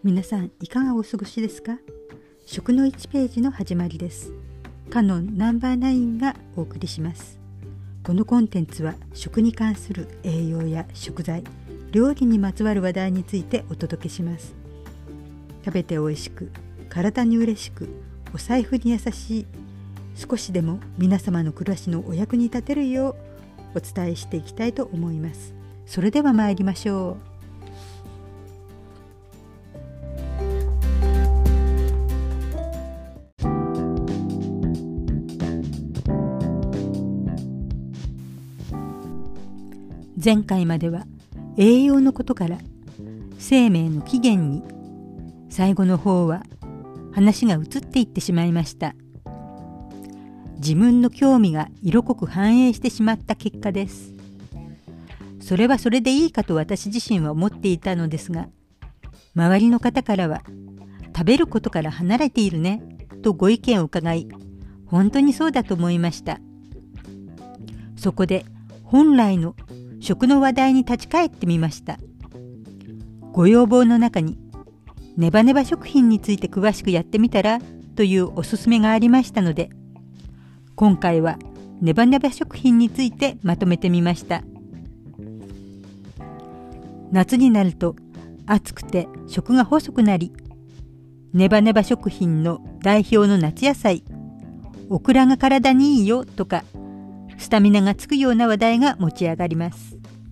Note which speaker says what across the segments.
Speaker 1: 皆さんいかがお過ごしですか？食の1ページの始まりです。カノンナンバー9がお送りします。このコンテンツは食に関する栄養や食材、料理にまつわる話題についてお届けします。食べて美味しく、体に嬉しく、お財布に優しい、少しでも皆様の暮らしのお役に立てるようお伝えしていきたいと思います。それでは参りましょう。前回までは栄養のことから生命の起源に、最後の方は話が移っていってしまいました。自分の興味が色濃く反映してしまった結果です。それはそれでいいかと私自身は思っていたのですが、周りの方からは食べることから離れているねとご意見を伺い、本当にそうだと思いました。そこで本来の食の話題に立ち返ってみました。ご要望の中にネバネバ食品について詳しくやってみたらというおすすめがありましたので、今回はネバネバ食品についてまとめてみました。夏になると暑くて食が細くなり、ネバネバ食品の代表の夏野菜、オクラが体にいいよとか、スタミナがつくような話題が持ち上がります。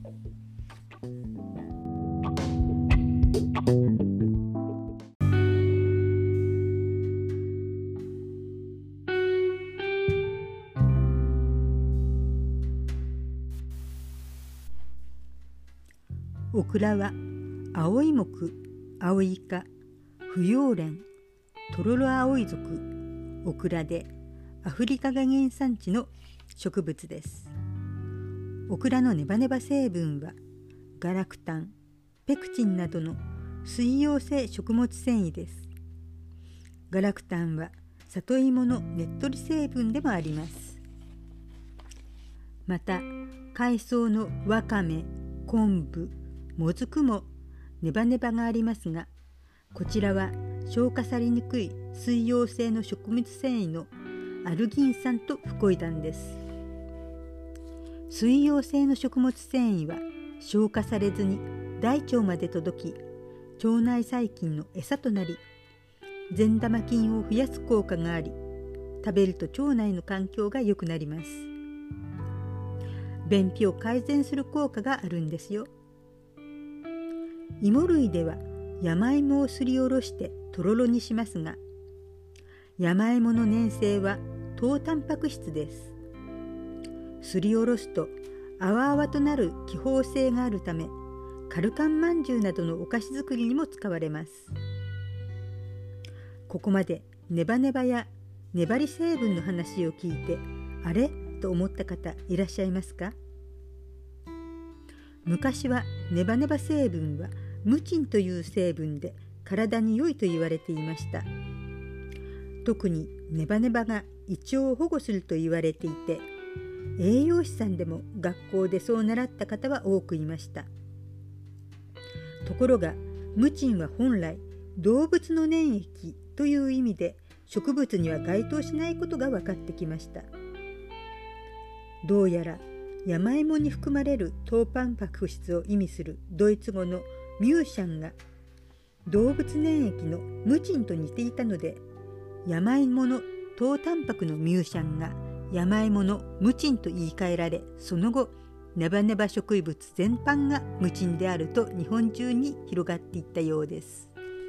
Speaker 1: オクラは青い木、青イカ、不葉蓮、トロロアオイ属オクラでアフリカが原産地の植物です。オクラのネバネバ成分はガラクタン、ペクチンなどの水溶性食物繊維です。ガラクタンは里芋のねっとり成分でもあります。また海藻のわかめ、昆布、もずくもネバネバがありますが、こちらは消化されにくい水溶性の食物繊維のアルギン酸とフコイダンです。水溶性の食物繊維は消化されずに大腸まで届き、腸内細菌の餌となり、善玉菌を増やす効果があり、食べると腸内の環境が良くなります。便秘を改善する効果があるんですよ。芋類では山芋をすりおろしてとろろにしますが、山芋の粘性は糖タンパク質です。すりおろすと泡々となる気泡性があるため、カルカンまんじゅうなどのお菓子作りにも使われます。ここまでネバネバや粘り成分の話を聞いて、あれと思った方いらっしゃいますか？昔はネバネバ成分はムチンという成分で体に良いと言われていました。特にネバネバが胃腸を保護すると言われていて、栄養士さんでも学校でそう習った方は多くいました。ところがムチンは本来動物の粘液という意味で植物には該当しないことが分かってきました。どうやら山芋に含まれる糖タンパク質を意味するドイツ語のミューシャンが動物粘液のムチンと似ていたので、山芋の糖タンパクのミューシャンが山芋のムチンと言い換えられ、その後ネバネバ植物全般がムチンであると日本中に広がっていったようです。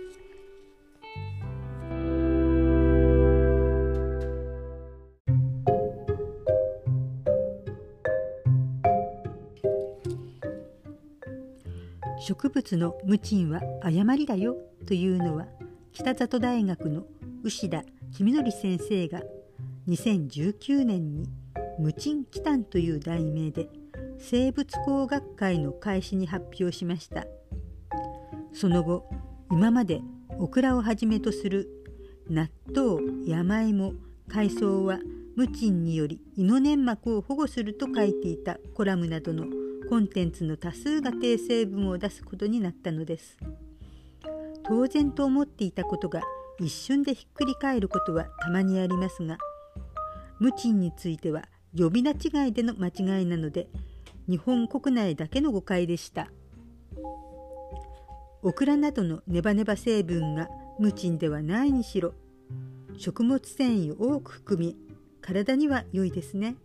Speaker 1: 植物のムチンは誤りだよというのは、北里大学の牛田公則先生が2019年にムチンキタンという題名で生物工学会の開始に発表しました。その後、今までオクラをはじめとする納豆、山芋、海藻はムチンにより胃の粘膜を保護すると書いていたコラムなどのコンテンツの多数が低成分を出すことになったのです。 当然と思っていたことが一瞬でひっくり返ることはたまにありますが、無賃については呼び名違いでの間違いなので、日本国内だけの誤解でした。オクラなどのネバネバ成分が無賃ではないにしろ、食物繊維を多く含み、体には良いですね。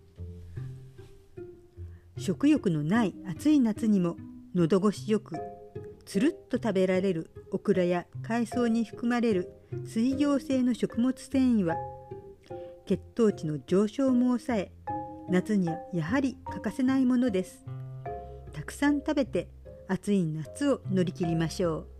Speaker 1: 食欲のない暑い夏にも喉越しよくつるっと食べられるオクラや海藻に含まれる水溶性の食物繊維は、血糖値の上昇も抑え、夏にはやはり欠かせないものです。たくさん食べて暑い夏を乗り切りましょう。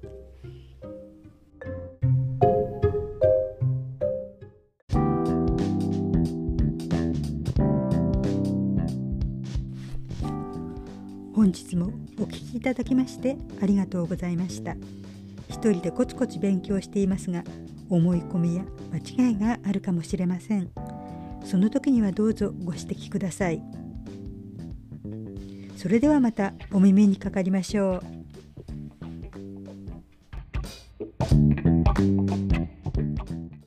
Speaker 1: 本日もお聞きいただきましてありがとうございました。一人でコツコツ勉強していますが、思い込みや間違いがあるかもしれません。その時にはどうぞご指摘ください。それではまたお耳にかかりましょう。